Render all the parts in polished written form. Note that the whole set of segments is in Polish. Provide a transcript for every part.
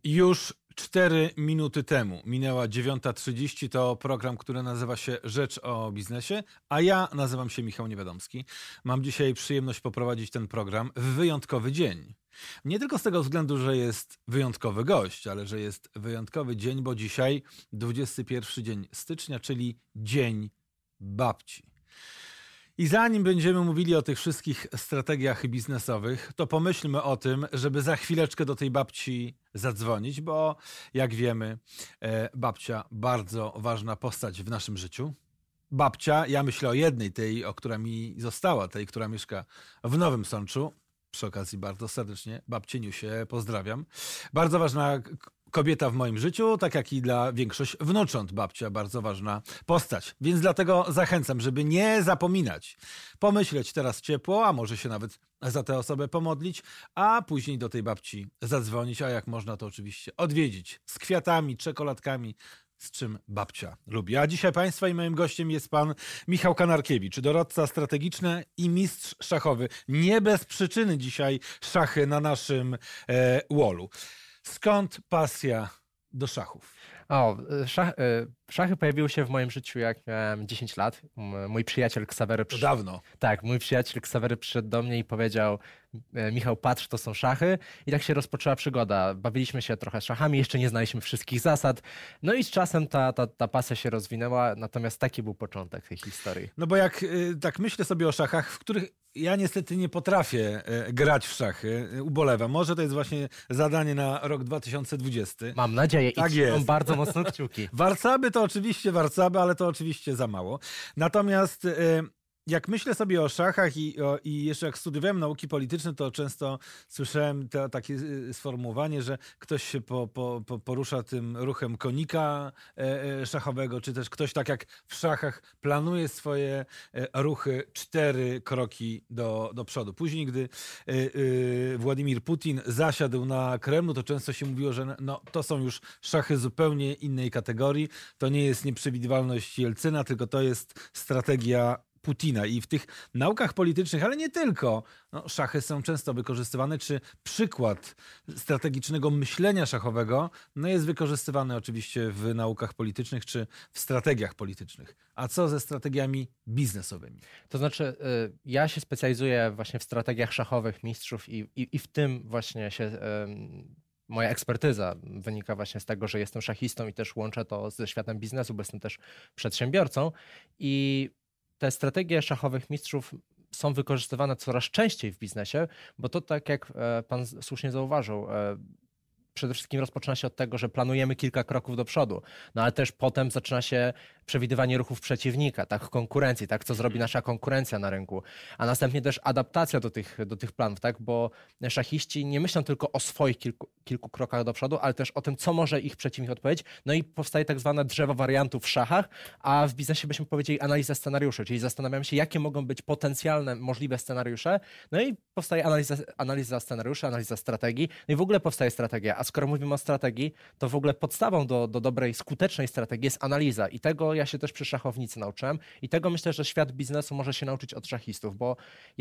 Już 4 minuty temu minęła 9:30, to program, który nazywa się Rzecz o biznesie, a ja nazywam się Michał Niewiadomski. Mam dzisiaj przyjemność poprowadzić ten program w wyjątkowy dzień. Nie tylko z tego względu, że jest wyjątkowy gość, ale że jest wyjątkowy dzień, bo dzisiaj 21 dzień stycznia, czyli Dzień Babci. I zanim będziemy mówili o tych wszystkich strategiach biznesowych, to pomyślmy o tym, żeby za chwileczkę do tej babci zadzwonić, bo jak wiemy, babcia bardzo ważna postać w naszym życiu. Babcia, ja myślę o jednej, tej, która mi została, tej, która mieszka w Nowym Sączu. Przy okazji bardzo serdecznie babcieniusie pozdrawiam. Bardzo ważna kobieta w moim życiu, tak jak i dla większości wnucząt babcia, bardzo ważna postać. Więc dlatego zachęcam, żeby nie zapominać. Pomyśleć teraz ciepło, a może się nawet za tę osobę pomodlić, a później do tej babci zadzwonić, a jak można to oczywiście odwiedzić z kwiatami, czekoladkami, z czym babcia lubi. A dzisiaj Państwa i moim gościem jest pan Michał Kanarkiewicz, doradca strategiczny i mistrz szachowy. Nie bez przyczyny dzisiaj szachy na naszym wallu. Skąd pasja do szachów? Szachy pojawiły się w moim życiu, jak miałem 10 lat. Mój przyjaciel Ksawery To dawno. Tak, mój przyjaciel Ksawery przyszedł do mnie i powiedział: Michał, patrz, to są szachy. I tak się rozpoczęła przygoda. Bawiliśmy się trochę szachami, jeszcze nie znaliśmy wszystkich zasad. No i z czasem ta pasja się rozwinęła, natomiast taki był początek tej historii. No bo jak tak myślę sobie o szachach, w których ja niestety nie potrafię grać w szachy, ubolewam. Może to jest właśnie zadanie na rok 2020. Mam nadzieję tak i trzymam bardzo mocno kciuki. Warcaby to oczywiście warcaby, ale to oczywiście za mało. Natomiast jak myślę sobie o szachach i jeszcze jak studiowałem nauki polityczne, to często słyszałem takie sformułowanie, że ktoś się porusza tym ruchem konika szachowego, czy też ktoś tak jak w szachach planuje swoje ruchy 4 kroki do przodu. Później, gdy Władimir Putin zasiadł na Kremlu, to często się mówiło, że to są już szachy zupełnie innej kategorii. To nie jest nieprzewidywalność Jelcyna, tylko to jest strategia Putina. I w tych naukach politycznych, ale nie tylko, szachy są często wykorzystywane, czy przykład strategicznego myślenia szachowego jest wykorzystywany oczywiście w naukach politycznych, czy w strategiach politycznych. A co ze strategiami biznesowymi? To znaczy, ja się specjalizuję właśnie w strategiach szachowych mistrzów i w tym właśnie się moja ekspertyza wynika właśnie z tego, że jestem szachistą i też łączę to ze światem biznesu, bo jestem też przedsiębiorcą i te strategie szachowych mistrzów są wykorzystywane coraz częściej w biznesie, bo to tak jak pan słusznie zauważył, przede wszystkim rozpoczyna się od tego, że planujemy kilka kroków do przodu, ale też potem zaczyna się przewidywanie ruchów przeciwnika, tak, konkurencji, tak, co zrobi nasza konkurencja na rynku, a następnie też adaptacja do tych planów, tak, bo szachiści nie myślą tylko o swoich kilku krokach do przodu, ale też o tym, co może ich przeciwnik odpowiedzieć, i powstaje tak zwane drzewo wariantów w szachach, a w biznesie byśmy powiedzieli analiza scenariuszy, czyli zastanawiamy się, jakie mogą być potencjalne, możliwe scenariusze, i powstaje analiza scenariuszy, analiza strategii, i w ogóle powstaje strategia. A skoro mówimy o strategii, to w ogóle podstawą do dobrej, skutecznej strategii jest analiza i tego ja się też przy szachownicy nauczyłem i tego myślę, że świat biznesu może się nauczyć od szachistów, bo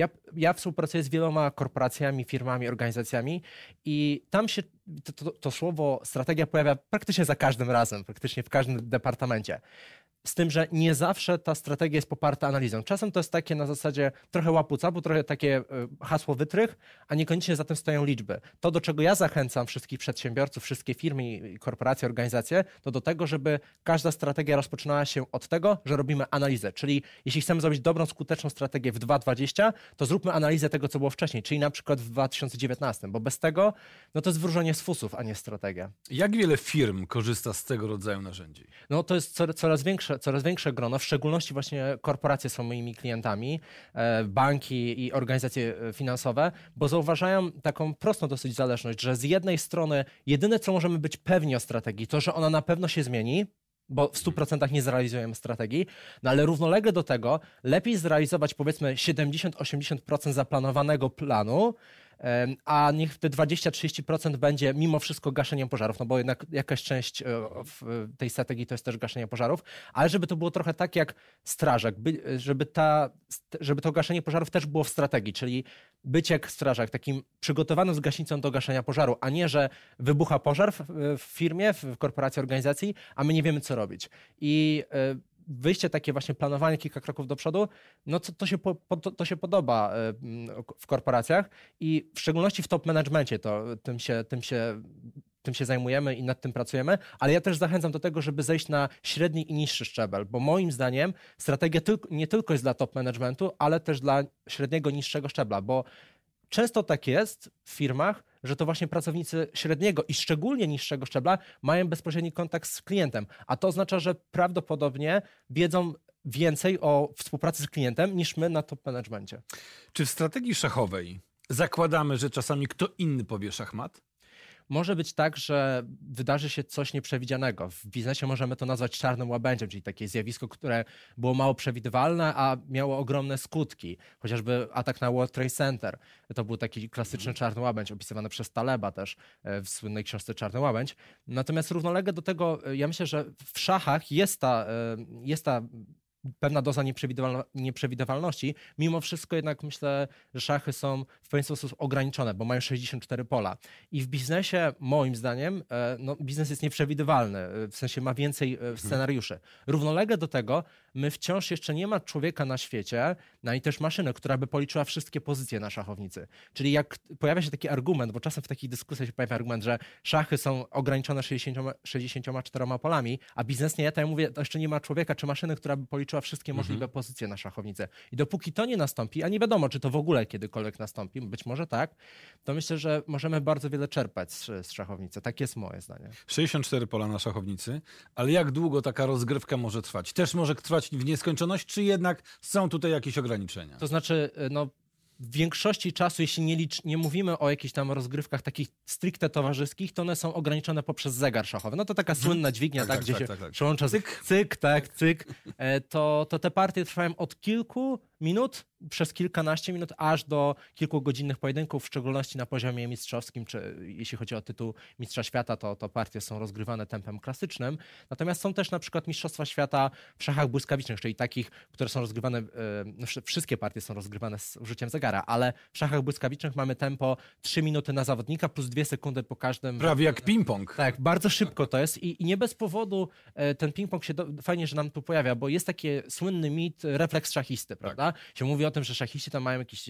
ja współpracuję z wieloma korporacjami, firmami, organizacjami i tam się to słowo strategia pojawia praktycznie za każdym razem, praktycznie w każdym departamencie. Z tym, że nie zawsze ta strategia jest poparta analizą. Czasem to jest takie na zasadzie trochę łapu-capu, trochę takie hasło wytrych, a niekoniecznie za tym stoją liczby. To, do czego ja zachęcam wszystkich przedsiębiorców, wszystkie firmy, korporacje, organizacje, to do tego, żeby każda strategia rozpoczynała się od tego, że robimy analizę. Czyli jeśli chcemy zrobić dobrą, skuteczną strategię w 2020, to zróbmy analizę tego, co było wcześniej, czyli na przykład w 2019, bo bez tego to jest wróżenie z fusów, a nie strategia. Jak wiele firm korzysta z tego rodzaju narzędzi? To jest coraz większe grono, w szczególności właśnie korporacje są moimi klientami, banki i organizacje finansowe, bo zauważają taką prostą dosyć zależność, że z jednej strony jedyne, co możemy być pewni o strategii, to, że ona na pewno się zmieni, bo w 100% nie zrealizujemy strategii, ale równolegle do tego lepiej zrealizować powiedzmy 70-80% zaplanowanego planu, a niech te 20-30% będzie mimo wszystko gaszeniem pożarów, no bo jednak jakaś część w tej strategii to jest też gaszenie pożarów, ale żeby to było trochę tak jak strażak, żeby to gaszenie pożarów też było w strategii, czyli być jak strażak, takim przygotowanym z gaśnicą do gaszenia pożaru, a nie, że wybucha pożar w firmie, w korporacji, organizacji, a my nie wiemy, co robić. I wyjście takie właśnie planowanie kilka kroków do przodu, no to się podoba w korporacjach i w szczególności w top managemencie tym się zajmujemy i nad tym pracujemy, ale ja też zachęcam do tego, żeby zejść na średni i niższy szczebel, bo moim zdaniem strategia nie tylko jest dla top managementu, ale też dla średniego, niższego szczebla, bo często tak jest w firmach, że to właśnie pracownicy średniego i szczególnie niższego szczebla mają bezpośredni kontakt z klientem, a to oznacza, że prawdopodobnie wiedzą więcej o współpracy z klientem niż my na top managemencie. Czy w strategii szachowej zakładamy, że czasami kto inny powie szachmat? Może być tak, że wydarzy się coś nieprzewidzianego. W biznesie możemy to nazwać czarnym łabędziem, czyli takie zjawisko, które było mało przewidywalne, a miało ogromne skutki. Chociażby atak na World Trade Center. To był taki klasyczny czarny łabędź, opisywany przez Taleba też w słynnej książce Czarny łabędź. Natomiast równolegle do tego, ja myślę, że w szachach jest ta pewna doza nieprzewidywalności. Mimo wszystko jednak myślę, że szachy są w pewien sposób ograniczone, bo mają 64 pola. I w biznesie, moim zdaniem, biznes jest nieprzewidywalny, w sensie ma więcej scenariuszy. Równolegle do tego, my wciąż jeszcze nie ma człowieka na świecie, no i też maszyny, która by policzyła wszystkie pozycje na szachownicy. Czyli jak pojawia się taki argument, bo czasem w takich dyskusjach się pojawia argument, że szachy są ograniczone 64 polami, a biznes nie, to ja mówię, to jeszcze nie ma człowieka czy maszyny, która by policzyła wszystkie możliwe pozycje na szachownicy. I dopóki to nie nastąpi, a nie wiadomo, czy to w ogóle kiedykolwiek nastąpi, być może tak, to myślę, że możemy bardzo wiele czerpać z szachownicy. Tak jest moje zdanie. 64 pola na szachownicy, ale jak długo taka rozgrywka może trwać? Też może trwać w nieskończoność, czy jednak są tutaj jakieś ograniczenia? To znaczy, w większości czasu, jeśli nie mówimy o jakichś tam rozgrywkach takich stricte towarzyskich, to one są ograniczone poprzez zegar szachowy. No to taka słynna dźwignia, gdzie się przełącza cyk. To te partie trwają od kilku minut przez kilkanaście minut, aż do kilkugodzinnych pojedynków, w szczególności na poziomie mistrzowskim, czy jeśli chodzi o tytuł Mistrza Świata, to partie są rozgrywane tempem klasycznym. Natomiast są też na przykład Mistrzostwa Świata w szachach błyskawicznych, czyli takich, które są rozgrywane, wszystkie partie są rozgrywane z użyciem zegara, ale w szachach błyskawicznych mamy tempo 3 minuty na zawodnika plus 2 sekundy po każdym. Prawie jak ping-pong. Tak, bardzo szybko to jest i nie bez powodu ten ping-pong się fajnie, że nam tu pojawia, bo jest taki słynny mit refleks szachisty, prawda? Tak. Się mówi o tym, że szachiści tam mają jakiś,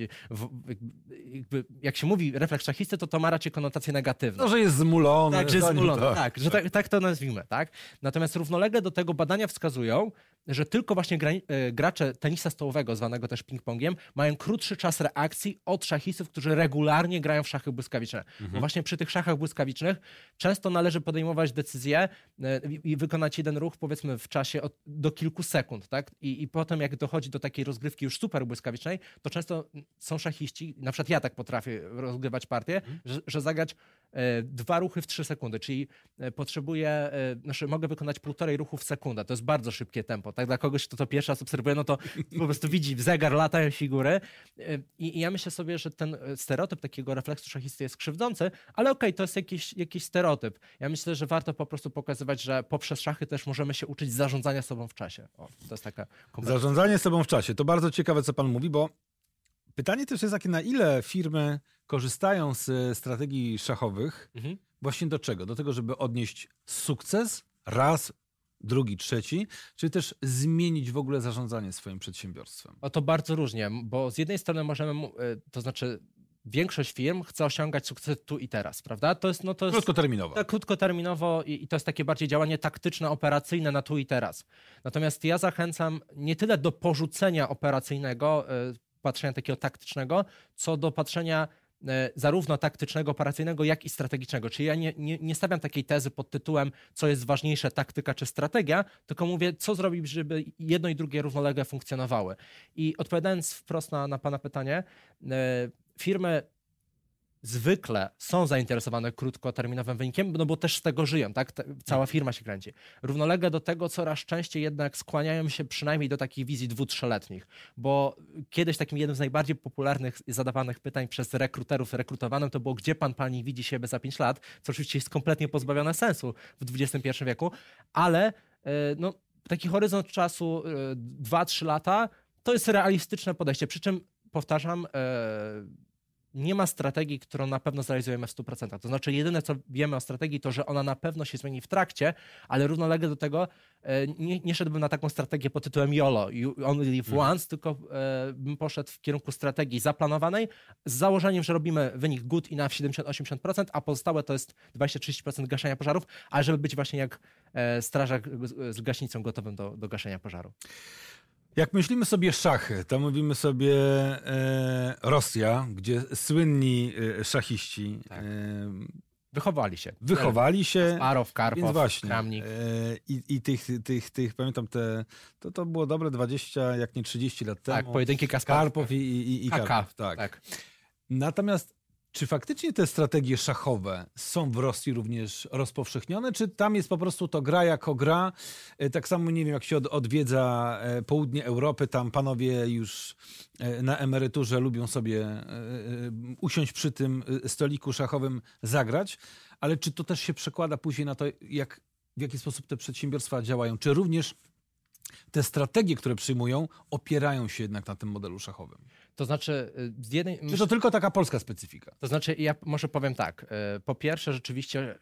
jak się mówi refleks szachisty, to ma raczej konotację negatywną. No, że jest zmulony. Tak, że jest zmulony, że tak to nazwijmy, tak? Natomiast równolegle do tego badania wskazują, że tylko właśnie gracze tenisa stołowego, zwanego też ping-pongiem, mają krótszy czas reakcji od szachistów, którzy regularnie grają w szachy błyskawiczne. Bo właśnie przy tych szachach błyskawicznych często należy podejmować decyzję i wykonać jeden ruch, powiedzmy w czasie do kilku sekund, tak? I potem jak dochodzi do takiej rozgrywki już super błyskawicznej, to często są szachiści, na przykład ja tak potrafię rozgrywać partię, że zagrać 2 ruchy w 3 sekundy, czyli mogę wykonać 1,5 ruchu w sekundę. To jest bardzo szybkie tempo. Tak? Dla kogoś, kto to pierwszy raz obserwuje, no to po prostu widzi zegar, latają figury. I ja myślę sobie, że ten stereotyp takiego refleksu szachisty jest krzywdzący, ale okej, to jest jakiś stereotyp. Ja myślę, że warto po prostu pokazywać, że poprzez szachy też możemy się uczyć zarządzania sobą w czasie. To jest taka kompetencja. Zarządzanie sobą w czasie. To bardzo ciekawe, co pan mówi, bo pytanie też jest takie, na ile firmy korzystają z strategii szachowych właśnie do czego? Do tego, żeby odnieść sukces raz, drugi, trzeci, czy też zmienić w ogóle zarządzanie swoim przedsiębiorstwem? To bardzo różnie, bo z jednej strony możemy, to znaczy większość firm chce osiągać sukces tu i teraz, prawda? To jest krótkoterminowo. Tak, krótkoterminowo i to jest takie bardziej działanie taktyczne, operacyjne na tu i teraz. Natomiast ja zachęcam nie tyle do porzucenia operacyjnego, patrzenia takiego taktycznego, co do patrzenia zarówno taktycznego, operacyjnego, jak i strategicznego. Czyli ja nie stawiam takiej tezy pod tytułem, co jest ważniejsze, taktyka czy strategia, tylko mówię, co zrobić, żeby jedno i drugie równolegle funkcjonowały. I odpowiadając wprost na pana pytanie, firmy zwykle są zainteresowane krótkoterminowym wynikiem, no bo też z tego żyją, tak? Cała firma się kręci. Równolegle do tego coraz częściej jednak skłaniają się przynajmniej do takich wizji 2-3-letnich, bo kiedyś takim jednym z najbardziej popularnych zadawanych pytań przez rekruterów rekrutowanym to było, gdzie pani widzi siebie za 5 lat, co oczywiście jest kompletnie pozbawione sensu w XXI wieku, ale no, taki horyzont czasu 2-3 lata to jest realistyczne podejście, przy czym powtarzam, nie ma strategii, którą na pewno zrealizujemy w 100%. To znaczy jedyne, co wiemy o strategii, to, że ona na pewno się zmieni w trakcie, ale równolegle do tego nie szedłbym na taką strategię pod tytułem YOLO, you only live once, tylko bym poszedł w kierunku strategii zaplanowanej z założeniem, że robimy wynik good enough 70-80%, a pozostałe to jest 20-30% gaszenia pożarów, ale żeby być właśnie jak strażak z gaśnicą gotowym do gaszenia pożaru. Jak myślimy sobie szachy, to mówimy sobie Rosja, gdzie słynni szachiści wychowali się. Kasparow, Karpow, Kramnik. I tych pamiętam, to było dobre 20, jak nie 30 lat temu. Tak, pojedynki Karpow i Karpow. Tak. Natomiast czy faktycznie te strategie szachowe są w Rosji również rozpowszechnione, czy tam jest po prostu to gra jako gra? Tak samo, nie wiem, jak się odwiedza południe Europy, tam panowie już na emeryturze lubią sobie usiąść przy tym stoliku szachowym, zagrać, ale czy to też się przekłada później na to, w jaki sposób te przedsiębiorstwa działają? Czy również te strategie, które przyjmują, opierają się jednak na tym modelu szachowym? To znaczy, czy to tylko taka polska specyfika? To znaczy, ja może powiem tak. Po pierwsze, rzeczywiście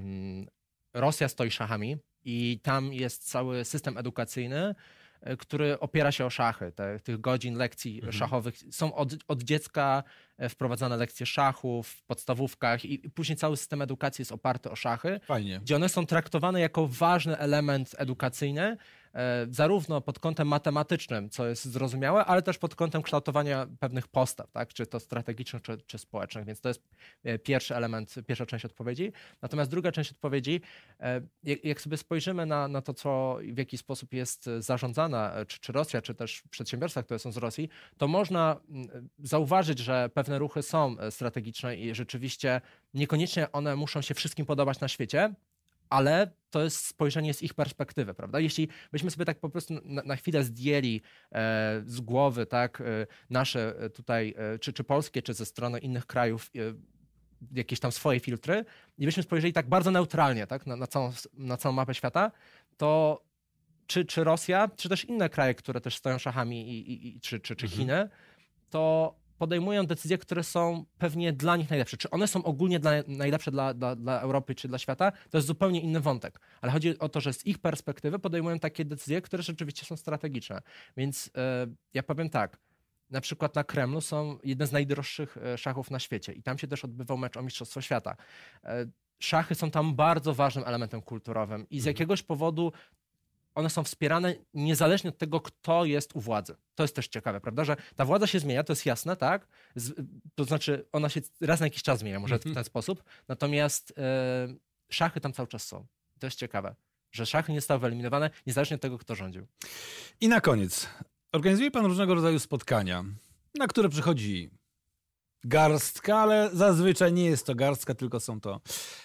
Rosja stoi szachami i tam jest cały system edukacyjny, który opiera się o szachy. Tych godzin lekcji szachowych są od dziecka wprowadzane lekcje szachów w podstawówkach i później cały system edukacji jest oparty o szachy. Fajnie. Gdzie one są traktowane jako ważny element edukacyjny, zarówno pod kątem matematycznym, co jest zrozumiałe, ale też pod kątem kształtowania pewnych postaw, tak? Czy to strategicznych, czy społecznych. Więc to jest pierwszy element, pierwsza część odpowiedzi. Natomiast druga część odpowiedzi, jak sobie spojrzymy na to, w jaki sposób jest zarządzana, czy Rosja, czy też przedsiębiorstwa, które są z Rosji, to można zauważyć, że pewne ruchy są strategiczne i rzeczywiście niekoniecznie one muszą się wszystkim podobać na świecie, ale to jest spojrzenie z ich perspektywy, prawda? Jeśli byśmy sobie tak po prostu na chwilę zdjęli z głowy, tak, nasze tutaj, czy polskie, czy ze strony innych krajów, jakieś tam swoje filtry i byśmy spojrzeli tak bardzo neutralnie, tak, na całą mapę świata, to czy Rosja, czy też inne kraje, które też stoją szachami, czy Chiny, to podejmują decyzje, które są pewnie dla nich najlepsze. Czy one są ogólnie najlepsze dla Europy czy dla świata, to jest zupełnie inny wątek. Ale chodzi o to, że z ich perspektywy podejmują takie decyzje, które rzeczywiście są strategiczne. Więc ja powiem tak, na przykład na Kremlu są jedne z najdroższych szachów na świecie i tam się też odbywał mecz o Mistrzostwo Świata. Szachy są tam bardzo ważnym elementem kulturowym i z jakiegoś powodu one są wspierane niezależnie od tego, kto jest u władzy. To jest też ciekawe, prawda, że ta władza się zmienia, to jest jasne, tak? To znaczy ona się raz na jakiś czas zmienia, może w ten sposób, natomiast szachy tam cały czas są. To jest ciekawe, że szachy nie zostały wyeliminowane niezależnie od tego, kto rządził. I na koniec, organizuje pan różnego rodzaju spotkania, na które przychodzi garstka, ale zazwyczaj nie jest to garstka, tylko są to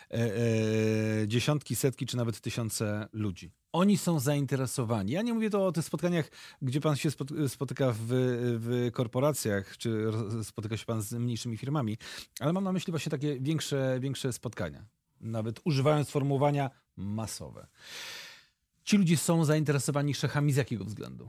dziesiątki, setki, czy nawet tysiące ludzi. Oni są zainteresowani. Ja nie mówię to o tych spotkaniach, gdzie pan się spotyka w korporacjach, czy spotyka się pan z mniejszymi firmami, ale mam na myśli właśnie takie większe spotkania. Nawet używając sformułowania masowe. Ci ludzie są zainteresowani szachami z jakiego względu?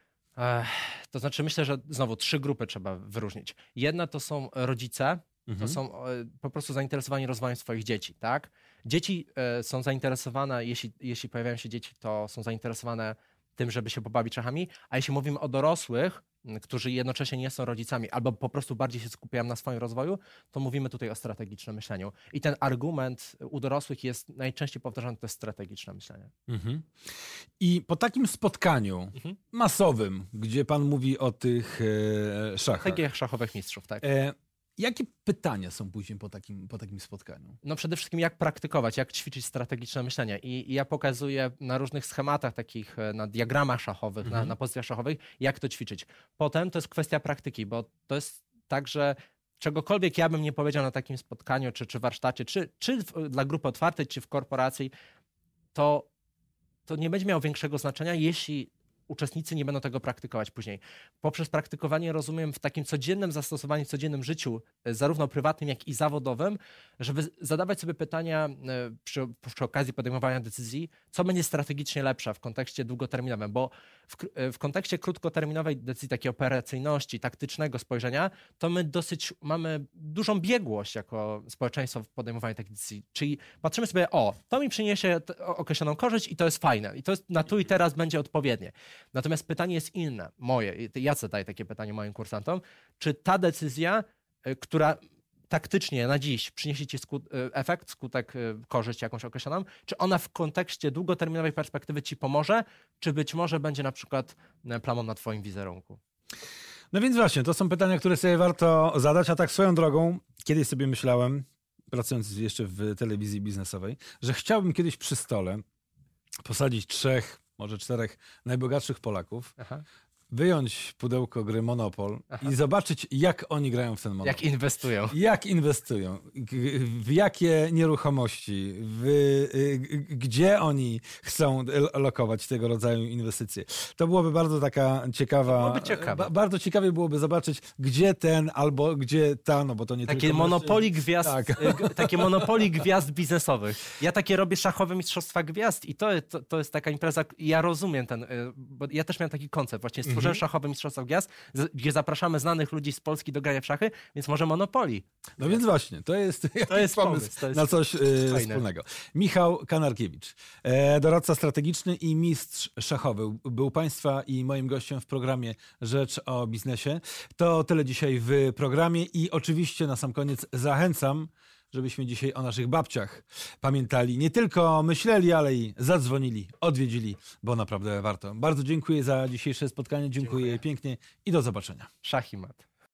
To znaczy myślę, że znowu 3 grupy trzeba wyróżnić. Jedna to są rodzice, to są po prostu zainteresowani rozwojem swoich dzieci, tak? Dzieci są zainteresowane, jeśli pojawiają się dzieci, to są zainteresowane tym, żeby się pobawić szachami, a jeśli mówimy o dorosłych, którzy jednocześnie nie są rodzicami albo po prostu bardziej się skupiają na swoim rozwoju, to mówimy tutaj o strategicznym myśleniu. I ten argument u dorosłych jest najczęściej powtarzany, to jest strategiczne myślenie. I po takim spotkaniu masowym, gdzie pan mówi o tych szachach. Strategiach szachowych mistrzów, tak. Jakie pytania są później po takim spotkaniu? No przede wszystkim jak praktykować, jak ćwiczyć strategiczne myślenie. I ja pokazuję na różnych schematach takich, na diagramach szachowych, na pozycjach szachowych, jak to ćwiczyć. Potem to jest kwestia praktyki, bo to jest tak, że czegokolwiek ja bym nie powiedział na takim spotkaniu, czy warsztacie, czy dla grupy otwartej, czy w korporacji, to nie będzie miało większego znaczenia, jeśli uczestnicy nie będą tego praktykować później. Poprzez praktykowanie rozumiem w takim codziennym zastosowaniu, w codziennym życiu, zarówno prywatnym, jak i zawodowym, żeby zadawać sobie pytania przy okazji podejmowania decyzji, co będzie strategicznie lepsze w kontekście długoterminowym, bo w kontekście krótkoterminowej decyzji, takiej operacyjności, taktycznego spojrzenia, to my mamy dużą biegłość jako społeczeństwo w podejmowaniu takich decyzji. Czyli patrzymy sobie, to mi przyniesie określoną korzyść i to jest fajne. I to jest na tu i teraz będzie odpowiednie. Natomiast pytanie jest inne, moje. Ja zadaję takie pytanie moim kursantom. Czy ta decyzja, która taktycznie na dziś przyniesie ci efekt, skutek, korzyść jakąś określoną, czy ona w kontekście długoterminowej perspektywy ci pomoże, czy być może będzie na przykład plamą na twoim wizerunku? No więc właśnie, to są pytania, które sobie warto zadać, a tak swoją drogą, kiedyś sobie myślałem, pracując jeszcze w telewizji biznesowej, że chciałbym kiedyś przy stole posadzić 3, może 4 najbogatszych Polaków, wyjąć pudełko gry Monopol i zobaczyć, jak oni grają w ten Monopol. Jak inwestują, w jakie nieruchomości, gdzie oni chcą lokować tego rodzaju inwestycje. To byłoby bardzo taka ciekawa... Bardzo ciekawie byłoby zobaczyć, gdzie ten albo gdzie ta, no bo to nie takie tylko... Monopoli gwiazd, takie Monopoli gwiazd biznesowych. Ja takie robię szachowe mistrzostwa gwiazd i to jest taka impreza, ja rozumiem bo ja też miałem taki koncept, właśnie stworzyłem szachowe mistrzostwa gwiazd, gdzie zapraszamy znanych ludzi z Polski do grania w szachy, więc może Monopoli. No więc właśnie, to jest pomysł na coś wspólnego. Michał Kanarkiewicz, doradca strategiczny i mistrz szachowy, był Państwa i moim gościem w programie Rzecz o Biznesie. To tyle dzisiaj w programie i oczywiście na sam koniec zachęcam, żebyśmy dzisiaj o naszych babciach pamiętali. Nie tylko myśleli, ale i zadzwonili, odwiedzili, bo naprawdę warto. Bardzo dziękuję za dzisiejsze spotkanie. Dziękuję pięknie i do zobaczenia. Szach i mat.